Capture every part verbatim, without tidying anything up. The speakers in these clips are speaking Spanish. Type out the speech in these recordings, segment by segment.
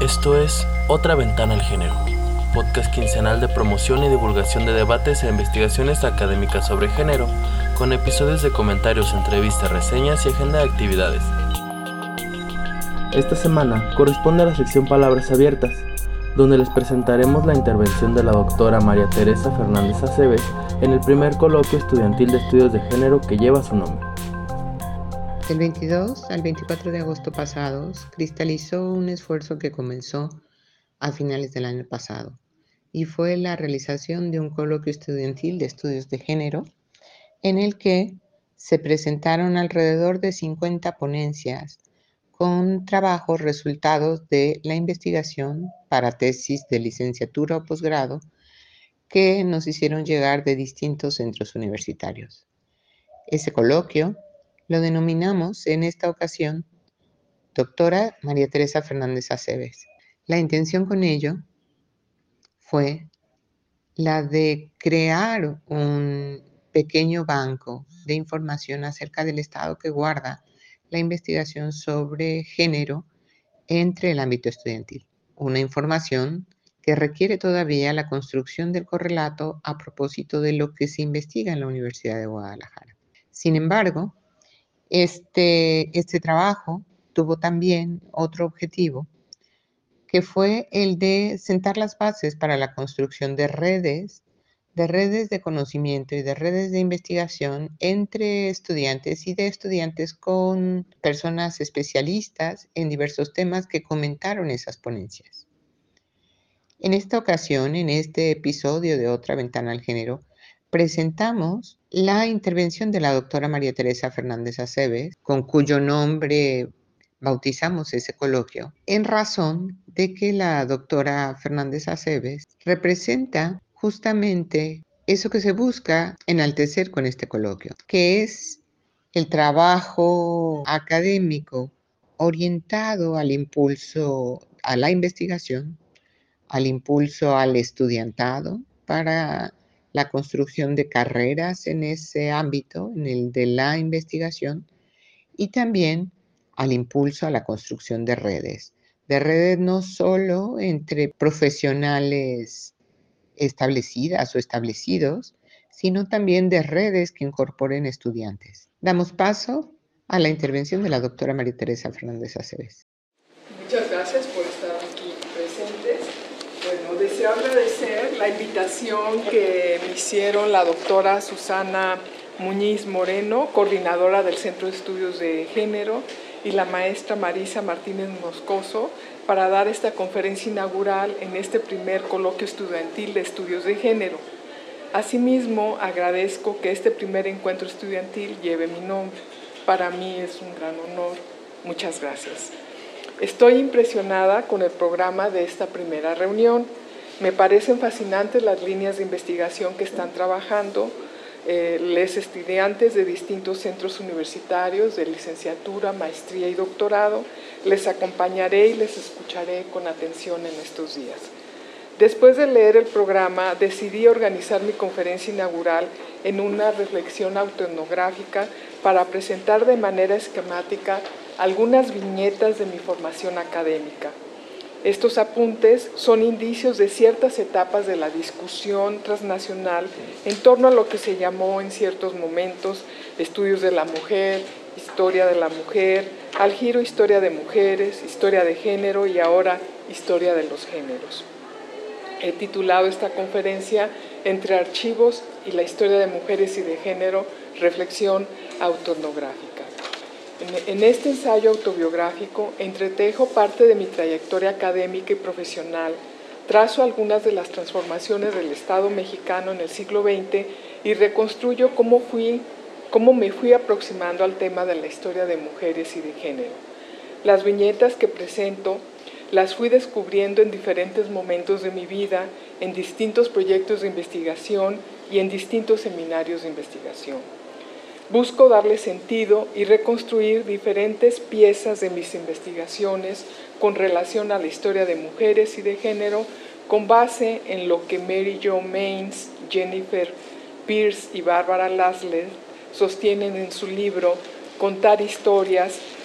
Esto es Otra Ventana al Género, podcast quincenal de promoción y divulgación de debates e investigaciones académicas sobre género, con episodios de comentarios, entrevistas, reseñas y agenda de actividades. Esta semana corresponde a la sección Palabras Abiertas, donde les presentaremos la intervención de la doctora María Teresa Fernández Aceves en el primer coloquio estudiantil de estudios de género que lleva su nombre. Del veintidós al veinticuatro de agosto pasados, cristalizó un esfuerzo que comenzó a finales del año pasado y fue la realización de un coloquio estudiantil de estudios de género en el que se presentaron alrededor de cincuenta ponencias con trabajos resultados de la investigación para tesis de licenciatura o posgrado que nos hicieron llegar de distintos centros universitarios. Ese coloquio lo denominamos en esta ocasión Doctora María Teresa Fernández Aceves. La intención con ello fue la de crear un pequeño banco de información acerca del estado que guarda la investigación sobre género entre el ámbito estudiantil. Una información que requiere todavía la construcción del correlato a propósito de lo que se investiga en la Universidad de Guadalajara. Sin embargo, Este, este trabajo tuvo también otro objetivo, que fue el de sentar las bases para la construcción de redes, de redes de conocimiento y de redes de investigación entre estudiantes y de estudiantes con personas especialistas en diversos temas que comentaron esas ponencias. En esta ocasión, en este episodio de Otra Ventana al Género, presentamos la intervención de la doctora María Teresa Fernández Aceves, con cuyo nombre bautizamos ese coloquio, en razón de que la doctora Fernández Aceves representa justamente eso que se busca enaltecer con este coloquio, que es el trabajo académico orientado al impulso a la investigación, al impulso al estudiantado para la construcción de carreras en ese ámbito, en el de la investigación, y también al impulso a la construcción de redes, de redes no solo entre profesionales establecidas o establecidos, sino también de redes que incorporen estudiantes. Damos paso a la intervención de la doctora María Teresa Fernández Aceves. Muchas gracias por estar aquí presentes. Bueno, deseo agradecer la invitación que me hicieron la doctora Susana Muñiz Moreno, coordinadora del Centro de Estudios de Género, y la maestra Marisa Martínez Moscoso para dar esta conferencia inaugural en este primer coloquio estudiantil de estudios de género. Asimismo, agradezco que este primer encuentro estudiantil lleve mi nombre. Para mí es un gran honor. Muchas gracias. Estoy impresionada con el programa de esta primera reunión. Me parecen fascinantes las líneas de investigación que están trabajando eh, los estudiantes de distintos centros universitarios de licenciatura, maestría y doctorado. Les acompañaré y les escucharé con atención en estos días. Después de leer el programa, decidí organizar mi conferencia inaugural en una reflexión autoetnográfica para presentar de manera esquemática algunas viñetas de mi formación académica. Estos apuntes son indicios de ciertas etapas de la discusión transnacional en torno a lo que se llamó en ciertos momentos estudios de la mujer, historia de la mujer, al giro historia de mujeres, historia de género y ahora historia de los géneros. He titulado esta conferencia Entre archivos y la historia de mujeres y de género, reflexión autoetnográfica. En este ensayo autobiográfico entretejo parte de mi trayectoria académica y profesional, trazo algunas de las transformaciones del Estado mexicano en el siglo veinte y reconstruyo cómo, fui, cómo me fui aproximando al tema de la historia de mujeres y de género. Las viñetas que presento las fui descubriendo en diferentes momentos de mi vida, en distintos proyectos de investigación y en distintos seminarios de investigación. Busco darle sentido y reconstruir diferentes piezas de mis investigaciones con relación a la historia de mujeres y de género con base en lo que Mary Jo Maines, Jennifer Pierce y Barbara Laszlo sostienen en su libro Contar historias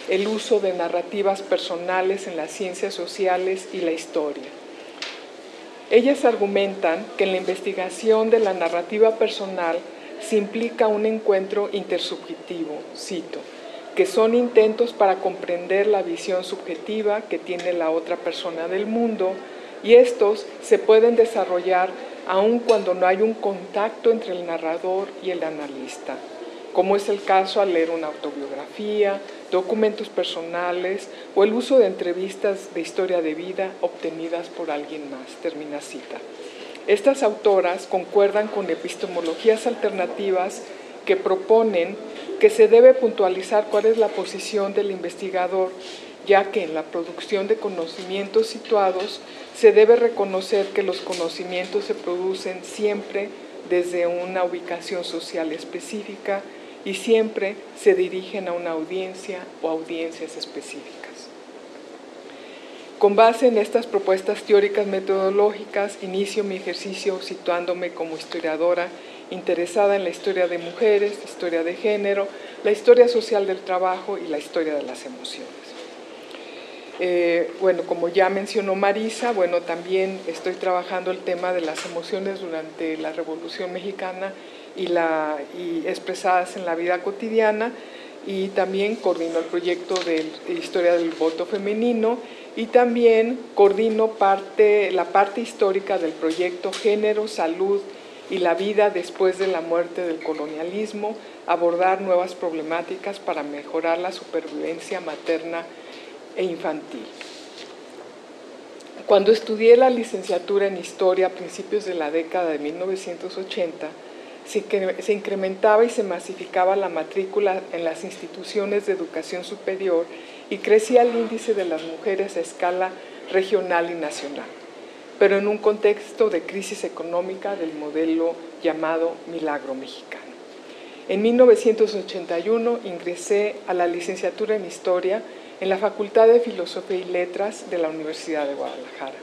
el uso de narrativas personales en las ciencias sociales y la historia. Ellas argumentan que en la investigación de la narrativa personal se implica un encuentro intersubjetivo, cito, que son intentos para comprender la visión subjetiva que tiene la otra persona del mundo, y estos se pueden desarrollar aun cuando no hay un contacto entre el narrador y el analista, como es el caso al leer una autobiografía, documentos personales o el uso de entrevistas de historia de vida obtenidas por alguien más. Termina cita. Estas autoras concuerdan con epistemologías alternativas que proponen que se debe puntualizar cuál es la posición del investigador, ya que en la producción de conocimientos situados se debe reconocer que los conocimientos se producen siempre desde una ubicación social específica y siempre se dirigen a una audiencia o audiencias específicas. Con base en estas propuestas teóricas metodológicas, inicio mi ejercicio situándome como historiadora interesada en la historia de mujeres, historia de género, la historia social del trabajo y la historia de las emociones. Eh, bueno, como ya mencionó Marisa, bueno, también estoy trabajando el tema de las emociones durante la Revolución Mexicana y, la, y expresadas en la vida cotidiana, y también coordino el proyecto de Historia del Voto Femenino y también coordino parte, la parte histórica del proyecto Género, Salud y la Vida después de la muerte del colonialismo, abordar nuevas problemáticas para mejorar la supervivencia materna e infantil. Cuando estudié la licenciatura en Historia a principios de la década de mil novecientos ochenta, se incrementaba y se masificaba la matrícula en las instituciones de educación superior y crecía el índice de las mujeres a escala regional y nacional, pero en un contexto de crisis económica del modelo llamado Milagro Mexicano. En mil novecientos ochenta y uno ingresé a la licenciatura en Historia en la Facultad de Filosofía y Letras de la Universidad de Guadalajara.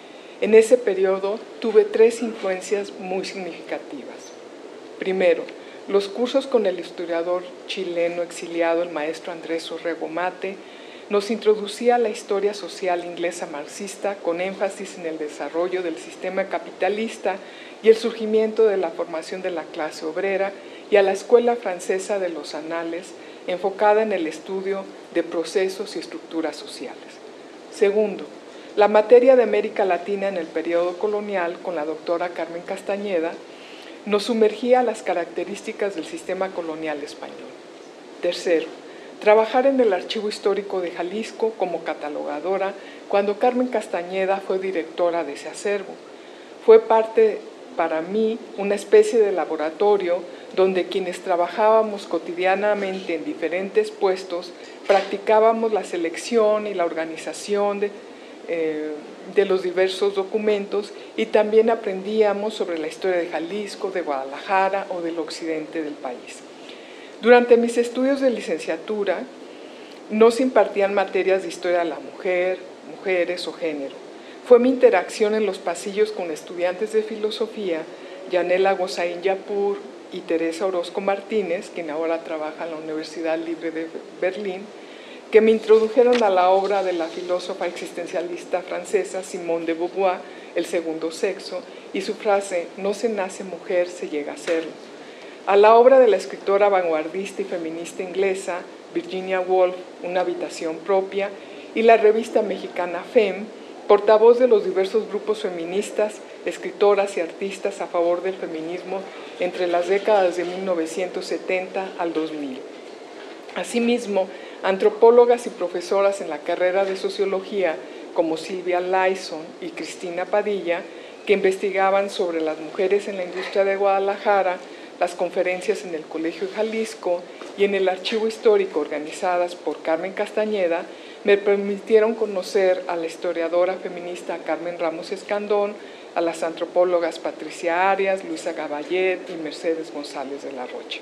En ese periodo tuve tres influencias muy significativas. Primero, los cursos con el historiador chileno exiliado, el maestro Andrés Orrego Mate, nos introducía a la historia social inglesa marxista con énfasis en el desarrollo del sistema capitalista y el surgimiento de la formación de la clase obrera, y a la Escuela Francesa de los Anales, enfocada en el estudio de procesos y estructuras sociales. Segundo, la materia de América Latina en el periodo colonial con la doctora Carmen Castañeda nos sumergía a las características del sistema colonial español. Tercero, trabajar en el Archivo Histórico de Jalisco como catalogadora cuando Carmen Castañeda fue directora de ese acervo. Fue parte para mí una especie de laboratorio donde quienes trabajábamos cotidianamente en diferentes puestos practicábamos la selección y la organización de, eh, de los diversos documentos, y también aprendíamos sobre la historia de Jalisco, de Guadalajara o del occidente del país. Durante mis estudios de licenciatura no se impartían materias de historia de la mujer, mujeres o género. Fue mi interacción en los pasillos con estudiantes de filosofía, Yanela Gozaín Yapur y Teresa Orozco Martínez, quien ahora trabaja en la Universidad Libre de Berlín, que me introdujeron a la obra de la filósofa existencialista francesa Simone de Beauvoir, El segundo sexo, y su frase, no se nace mujer, se llega a serlo. A la obra de la escritora vanguardista y feminista inglesa Virginia Woolf, Una habitación propia, y la revista mexicana Fem, portavoz de los diversos grupos feministas, escritoras y artistas a favor del feminismo entre las décadas de mil novecientos setenta al dos mil. Asimismo, antropólogas y profesoras en la carrera de sociología como Silvia Lyson y Cristina Padilla, que investigaban sobre las mujeres en la industria de Guadalajara, las conferencias en el Colegio de Jalisco y en el Archivo Histórico organizadas por Carmen Castañeda, me permitieron conocer a la historiadora feminista Carmen Ramos Escandón, a las antropólogas Patricia Arias, Luisa Gaballet y Mercedes González de la Rocha.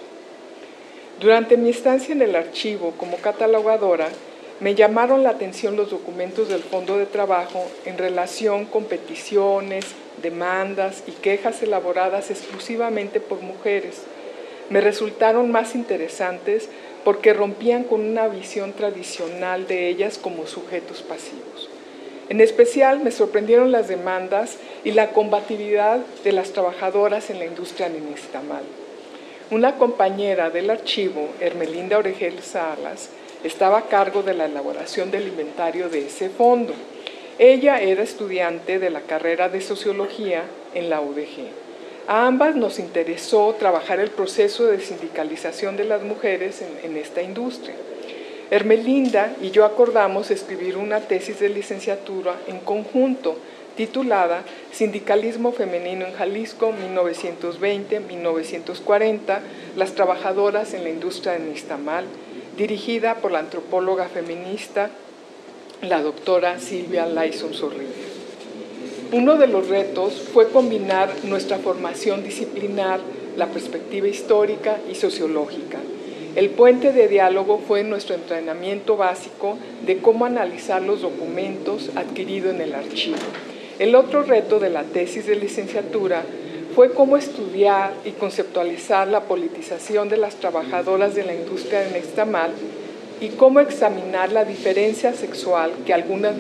Durante mi estancia en el archivo como catalogadora, me llamaron la atención los documentos del Fondo de Trabajo en relación con peticiones, demandas y quejas elaboradas exclusivamente por mujeres, me resultaron más interesantes porque rompían con una visión tradicional de ellas como sujetos pasivos. En especial me sorprendieron las demandas y la combatividad de las trabajadoras en la industria de nixtamal. Una compañera del archivo, Hermelinda Oregel Salas, estaba a cargo de la elaboración del inventario de ese fondo. Ella era estudiante de la carrera de Sociología en la U D G. A ambas nos interesó trabajar el proceso de sindicalización de las mujeres en, en esta industria. Hermelinda y yo acordamos escribir una tesis de licenciatura en conjunto titulada Sindicalismo Femenino en Jalisco mil novecientos veinte a mil novecientos cuarenta, las trabajadoras en la industria del nixtamal, dirigida por la antropóloga feminista, la doctora Silvia Layson Zorrilla. Uno de los retos fue combinar nuestra formación disciplinar, la perspectiva histórica y sociológica. El puente de diálogo fue nuestro entrenamiento básico de cómo analizar los documentos adquiridos en el archivo. El otro reto de la tesis de licenciatura fue cómo estudiar y conceptualizar la politización de las trabajadoras de la industria del nixtamal y cómo examinar la diferencia sexual que algunas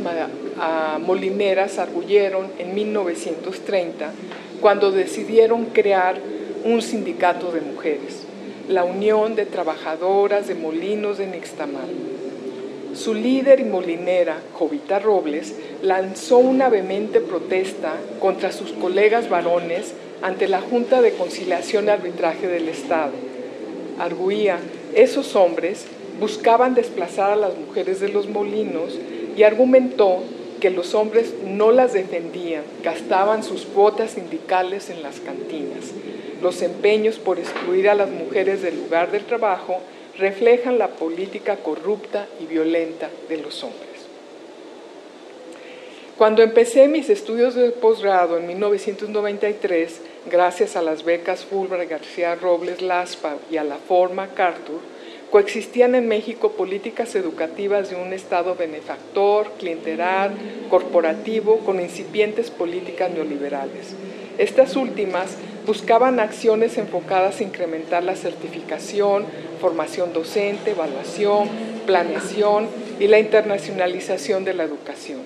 molineras arguyeron en mil novecientos treinta cuando decidieron crear un sindicato de mujeres, la Unión de Trabajadoras de Molinos de Nixtamal. Su líder y molinera, Jovita Robles, lanzó una vehemente protesta contra sus colegas varones ante la Junta de Conciliación y Arbitraje del Estado. Arguía, esos hombres buscaban desplazar a las mujeres de los molinos y argumentó que los hombres no las defendían, gastaban sus cuotas sindicales en las cantinas. Los empeños por excluir a las mujeres del lugar del trabajo reflejan la política corrupta y violenta de los hombres. Cuando empecé mis estudios de posgrado en mil novecientos noventa y tres, gracias a las becas Fulbright García Robles Laspa y a la Ford MacArthur, coexistían en México políticas educativas de un Estado benefactor, clientelar, corporativo, con incipientes políticas neoliberales. Estas últimas buscaban acciones enfocadas a incrementar la certificación, formación docente, evaluación, planeación y la internacionalización de la educación.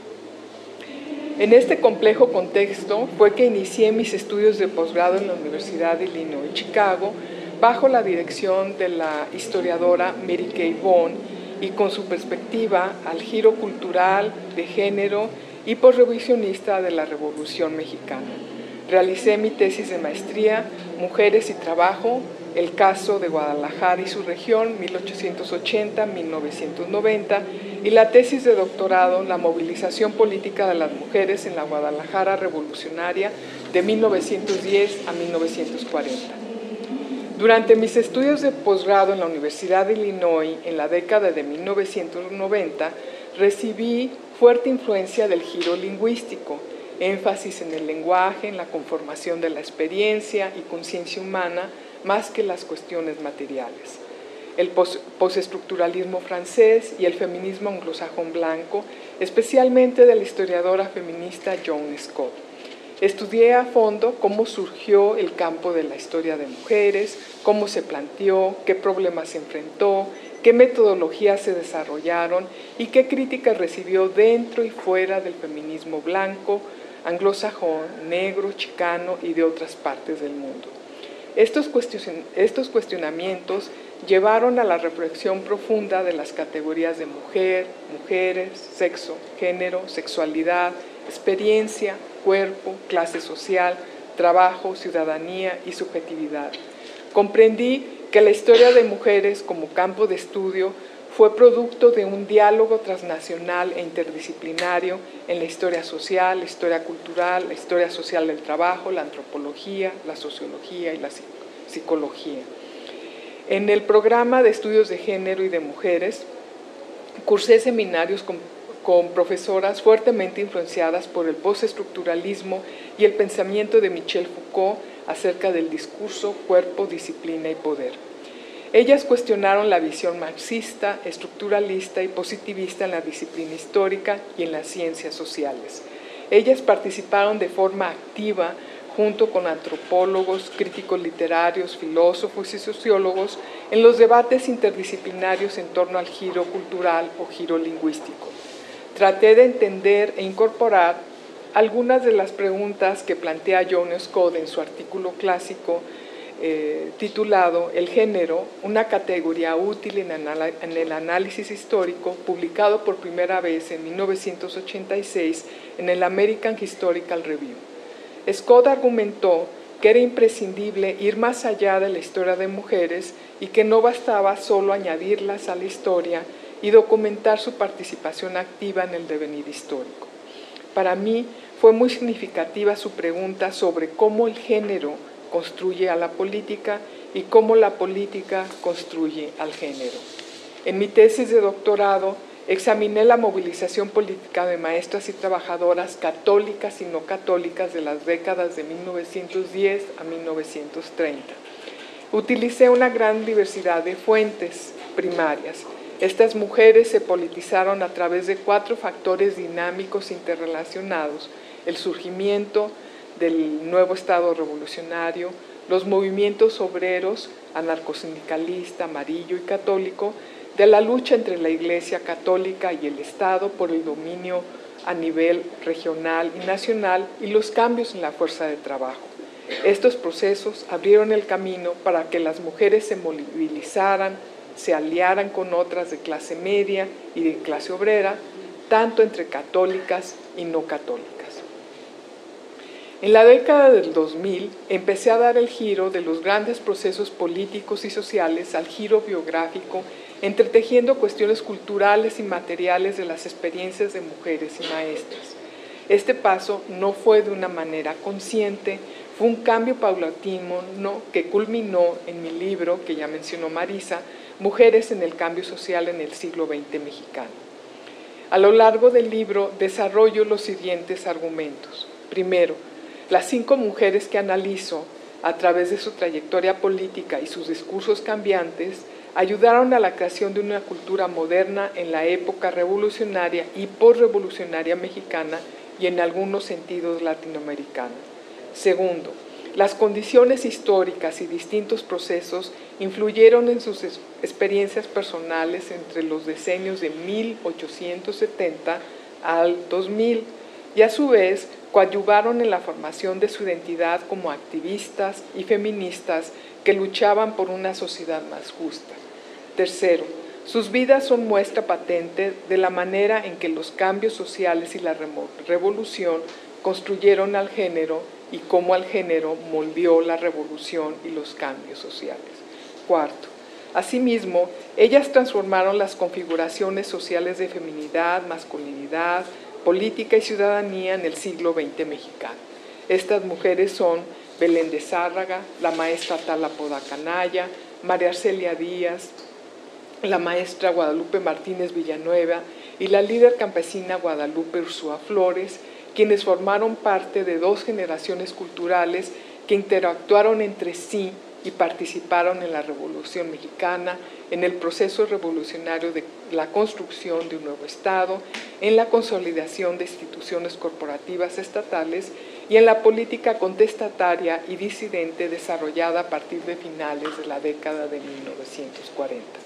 En este complejo contexto fue que inicié mis estudios de posgrado en la Universidad de Illinois, Chicago, bajo la dirección de la historiadora Mary Kay Bond y con su perspectiva al giro cultural, de género y posrevisionista de la Revolución Mexicana. Realicé mi tesis de maestría, Mujeres y Trabajo, el caso de Guadalajara y su región, mil ochocientos ochenta a mil novecientos noventa, y la tesis de doctorado, La movilización política de las mujeres en la Guadalajara revolucionaria, de mil novecientos diez a mil novecientos cuarenta. Durante mis estudios de posgrado en la Universidad de Illinois, en la década de mil novecientos noventa, recibí fuerte influencia del giro lingüístico, énfasis en el lenguaje, en la conformación de la experiencia y conciencia humana, más que las cuestiones materiales. El postestructuralismo francés y el feminismo anglosajón blanco, especialmente de la historiadora feminista Joan Scott. Estudié a fondo cómo surgió el campo de la historia de mujeres, cómo se planteó, qué problemas se enfrentó, qué metodologías se desarrollaron y qué críticas recibió dentro y fuera del feminismo blanco, anglosajón, negro, chicano y de otras partes del mundo. Estos, cuestion- estos cuestionamientos llevaron a la reflexión profunda de las categorías de mujer, mujeres, sexo, género, sexualidad, experiencia, cuerpo, clase social, trabajo, ciudadanía y subjetividad. Comprendí que la historia de mujeres como campo de estudio fue producto de un diálogo transnacional e interdisciplinario en la historia social, la historia cultural, la historia social del trabajo, la antropología, la sociología y la psicología. En el programa de estudios de género y de mujeres, cursé seminarios con, con profesoras fuertemente influenciadas por el postestructuralismo y el pensamiento de Michel Foucault acerca del discurso, cuerpo, disciplina y poder. Ellas cuestionaron la visión marxista, estructuralista y positivista en la disciplina histórica y en las ciencias sociales. Ellas participaron de forma activa junto con antropólogos, críticos literarios, filósofos y sociólogos, en los debates interdisciplinarios en torno al giro cultural o giro lingüístico. Traté de entender e incorporar algunas de las preguntas que plantea John Scott en su artículo clásico eh, titulado El género, una categoría útil en, en el análisis histórico, publicado por primera vez en mil novecientos ochenta y seis en el American Historical Review. Scott argumentó que era imprescindible ir más allá de la historia de mujeres y que no bastaba solo añadirlas a la historia y documentar su participación activa en el devenir histórico. Para mí fue muy significativa su pregunta sobre cómo el género construye a la política y cómo la política construye al género. En mi tesis de doctorado examiné la movilización política de maestras y trabajadoras católicas y no católicas de las décadas de mil novecientos diez a mil novecientos treinta. Utilicé una gran diversidad de fuentes primarias. Estas mujeres se politizaron a través de cuatro factores dinámicos interrelacionados: el surgimiento del nuevo Estado revolucionario, los movimientos obreros, anarcosindicalista, amarillo y católico, de la lucha entre la Iglesia católica y el Estado por el dominio a nivel regional y nacional, y los cambios en la fuerza de trabajo. Estos procesos abrieron el camino para que las mujeres se movilizaran, se aliaran con otras de clase media y de clase obrera, tanto entre católicas y no católicas. En la década del dos mil empecé a dar el giro de los grandes procesos políticos y sociales al giro biográfico, entretejiendo cuestiones culturales y materiales de las experiencias de mujeres y maestras. Este paso no fue de una manera consciente, fue un cambio paulatino ¿no? que culminó en mi libro, que ya mencionó Marisa, Mujeres en el cambio social en el siglo veinte mexicano. A lo largo del libro desarrollo los siguientes argumentos. Primero, las cinco mujeres que analizo, a través de su trayectoria política y sus discursos cambiantes, ayudaron a la creación de una cultura moderna en la época revolucionaria y posrevolucionaria mexicana y en algunos sentidos latinoamericana. Segundo, las condiciones históricas y distintos procesos influyeron en sus experiencias personales entre los decenios de mil ochocientos setenta al dos mil y a su vez coadyuvaron en la formación de su identidad como activistas y feministas que luchaban por una sociedad más justa. Tercero, sus vidas son muestra patente de la manera en que los cambios sociales y la revolución construyeron al género y cómo al género moldeó la revolución y los cambios sociales. Cuarto, asimismo, ellas transformaron las configuraciones sociales de feminidad, masculinidad, política y ciudadanía en el siglo veinte mexicano. Estas mujeres son Belén de Zárraga, la maestra Tala Podacanaya, María Arcelia Díaz, la maestra Guadalupe Martínez Villanueva y la líder campesina Guadalupe Ursúa Flores, quienes formaron parte de dos generaciones culturales que interactuaron entre sí y participaron en la Revolución Mexicana, en el proceso revolucionario de la construcción de un nuevo Estado, en la consolidación de instituciones corporativas estatales y en la política contestataria y disidente desarrollada a partir de finales de la década de mil novecientos cuarenta.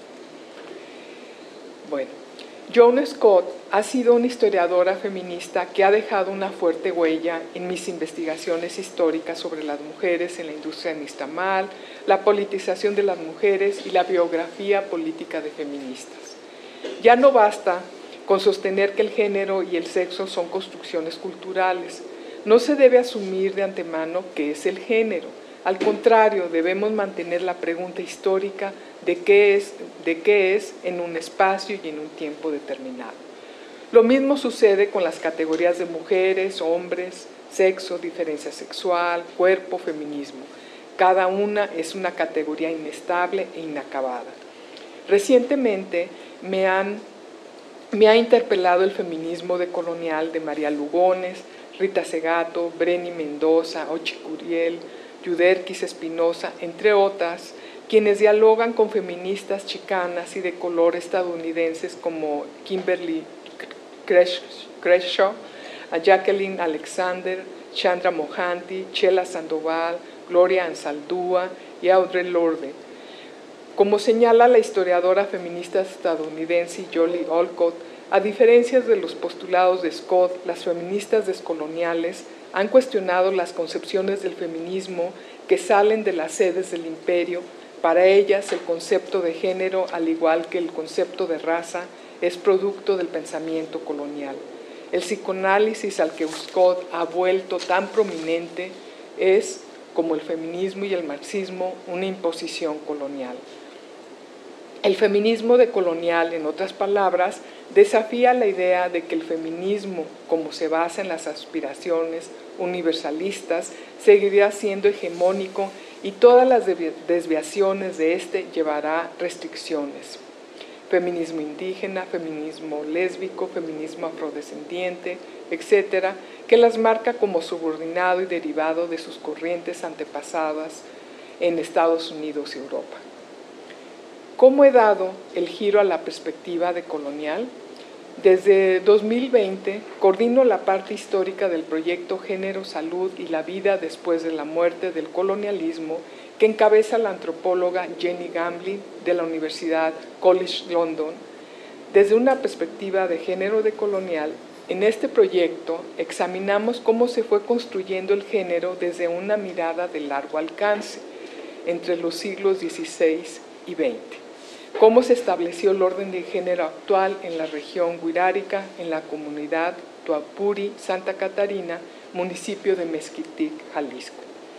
Bueno, Joan Scott ha sido una historiadora feminista que ha dejado una fuerte huella en mis investigaciones históricas sobre las mujeres en la industria nixtamal, la politización de las mujeres y la biografía política de feministas. Ya no basta con sostener que el género y el sexo son construcciones culturales. No se debe asumir de antemano qué es el género. Al contrario, debemos mantener la pregunta histórica de qué es, de qué es en un espacio y en un tiempo determinado. Lo mismo sucede con las categorías de mujeres, hombres, sexo, diferencia sexual, cuerpo, feminismo. Cada una es una categoría inestable e inacabada. Recientemente me, han, me ha interpelado el feminismo decolonial de María Lugones, Rita Segato, Breni Mendoza, Ochi Curiel, Yuderquis Espinosa, entre otras, quienes dialogan con feministas chicanas y de color estadounidenses como Kimberly Crenshaw, a Jacqueline Alexander, Chandra Mohanty, Chela Sandoval, Gloria Anzaldúa y Audre Lorde. Como señala la historiadora feminista estadounidense Jolie Olcott, a diferencia de los postulados de Scott, las feministas descoloniales han cuestionado las concepciones del feminismo que salen de las sedes del imperio. Para ellas, el concepto de género, al igual que el concepto de raza, es producto del pensamiento colonial. El psicoanálisis al que Scott ha vuelto tan prominente es, como el feminismo y el marxismo, una imposición colonial. El feminismo decolonial, en otras palabras, desafía la idea de que el feminismo, como se basa en las aspiraciones universalistas, seguirá siendo hegemónico y todas las desviaciones de este llevará restricciones. Feminismo indígena, feminismo lésbico, feminismo afrodescendiente, etcétera, que las marca como subordinado y derivado de sus corrientes antepasadas en Estados Unidos y Europa. ¿Cómo he dado el giro a la perspectiva decolonial? Desde dos mil veinte coordino la parte histórica del proyecto Género, Salud y la Vida después de la muerte del colonialismo que encabeza la antropóloga Jenny Gamblin de la Universidad College London. Desde una perspectiva de género decolonial, en este proyecto examinamos cómo se fue construyendo el género desde una mirada de largo alcance entre los siglos dieciséis y veinte. Cómo se estableció el orden de género actual en la región Wixárika, en la comunidad Tuapuri, Santa Catarina, municipio de Mezquitic, Jalisco.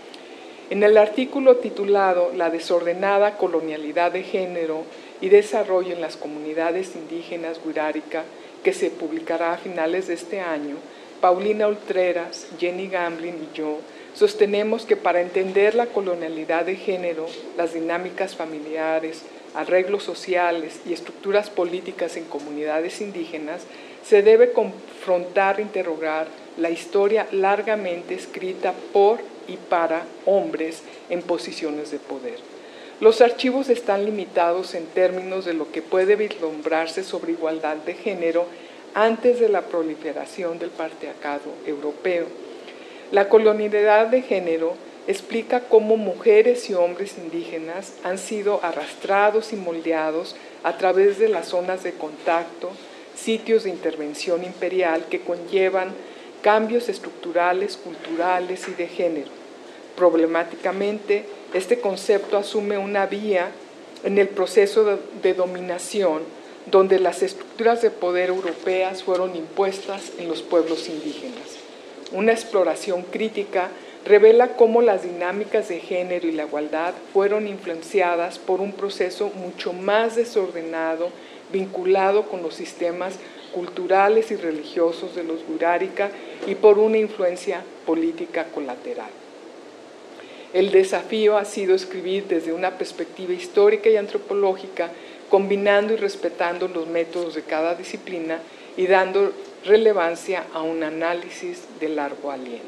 En el artículo titulado La desordenada colonialidad de género y desarrollo en las comunidades indígenas Wixárika, que se publicará a finales de este año, Paulina Ultreras, Jenny Gamblin y yo sostenemos que para entender la colonialidad de género, las dinámicas familiares, arreglos sociales y estructuras políticas en comunidades indígenas, se debe confrontar e interrogar la historia largamente escrita por y para hombres en posiciones de poder. Los archivos están limitados en términos de lo que puede vislumbrarse sobre igualdad de género antes de la proliferación del patriarcado europeo. La colonialidad de género explica cómo mujeres y hombres indígenas han sido arrastrados y moldeados a través de las zonas de contacto, sitios de intervención imperial que conllevan cambios estructurales, culturales y de género. Problemáticamente, este concepto asume una vía en el proceso de, de dominación donde las estructuras de poder europeas fueron impuestas en los pueblos indígenas. Una exploración crítica revela cómo las dinámicas de género y la igualdad fueron influenciadas por un proceso mucho más desordenado, vinculado con los sistemas culturales y religiosos de los Wixárika y por una influencia política colateral. El desafío ha sido escribir desde una perspectiva histórica y antropológica, combinando y respetando los métodos de cada disciplina y dando relevancia a un análisis de largo aliento.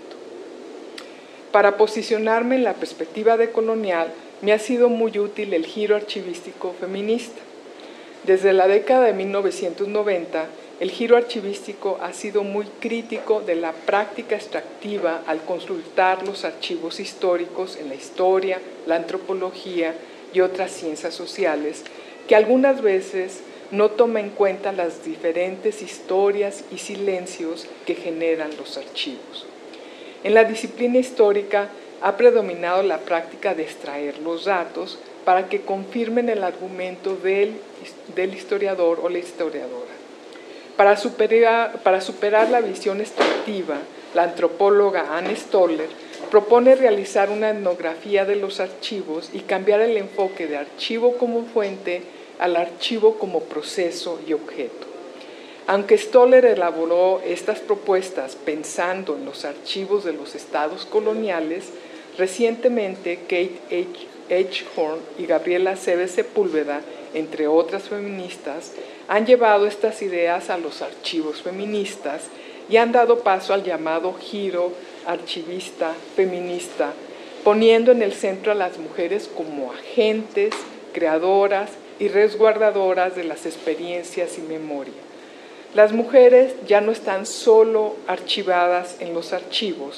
Para posicionarme en la perspectiva decolonial, me ha sido muy útil el giro archivístico feminista. Desde la década de mil novecientos noventa, el giro archivístico ha sido muy crítico de la práctica extractiva al consultar los archivos históricos en la historia, la antropología y otras ciencias sociales, que algunas veces no toma en cuenta las diferentes historias y silencios que generan los archivos. En la disciplina histórica ha predominado la práctica de extraer los datos para que confirmen el argumento del, del historiador o la historiadora. Para superar, para superar la visión extractiva, la antropóloga Anne Stoller propone realizar una etnografía de los archivos y cambiar el enfoque de archivo como fuente al archivo como proceso y objeto. Aunque Stoller elaboró estas propuestas pensando en los archivos de los estados coloniales, recientemente Kate Edgehorn y Gabriela Cebes Sepúlveda, entre otras feministas, han llevado estas ideas a los archivos feministas y han dado paso al llamado giro archivista feminista, poniendo en el centro a las mujeres como agentes, creadoras y resguardadoras de las experiencias y memoria. Las mujeres ya no están solo archivadas en los archivos,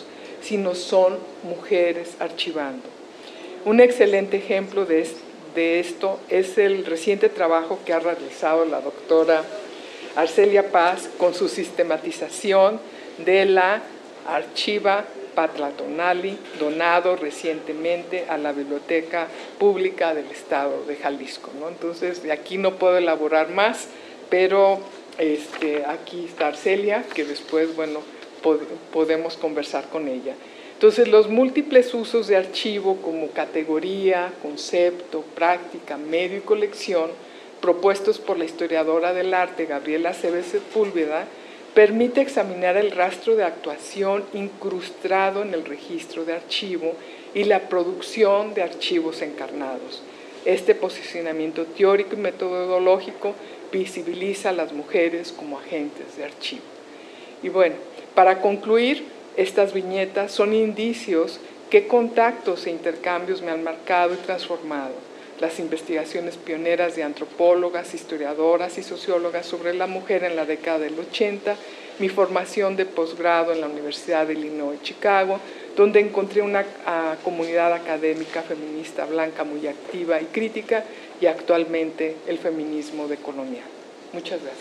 sino son mujeres archivando. Un excelente ejemplo de, de esto es el reciente trabajo que ha realizado la doctora Arcelia Paz con su sistematización de la Archiva Patlatonali, donado recientemente a la Biblioteca Pública del Estado de Jalisco, ¿no? Entonces, de aquí no puedo elaborar más, pero este, aquí está Arcelia, que después, bueno, pod podemos conversar con ella. Entonces, los múltiples usos de archivo como categoría, concepto, práctica, medio y colección, propuestos por la historiadora del arte Gabriela Aceves Sepúlveda, permite examinar el rastro de actuación incrustado en el registro de archivo y la producción de archivos encarnados. Este posicionamiento teórico y metodológico visibiliza a las mujeres como agentes de archivo. Y bueno, para concluir, estas viñetas son indicios qué contactos e intercambios me han marcado y transformado. Las investigaciones pioneras de antropólogas, historiadoras y sociólogas sobre la mujer en la década del ochenta, mi formación de posgrado en la Universidad de Illinois, Chicago, donde encontré una uh, comunidad académica feminista blanca muy activa y crítica, y actualmente el feminismo decolonial. Muchas gracias.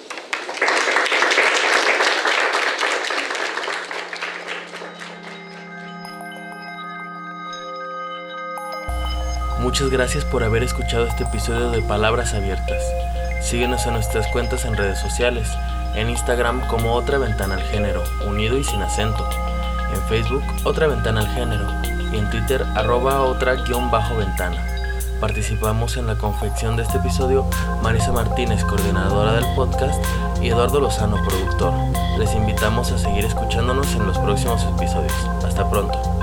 Muchas gracias por haber escuchado este episodio de Palabras Abiertas. Síguenos en nuestras cuentas en redes sociales, en Instagram como Otra Ventana al Género, unido y sin acento, en Facebook Otra Ventana al Género y en Twitter arroba otra guión bajo ventana. Participamos en la confección de este episodio Marisa Martínez, coordinadora del podcast, y Eduardo Lozano, productor. Les invitamos a seguir escuchándonos en los próximos episodios. Hasta pronto.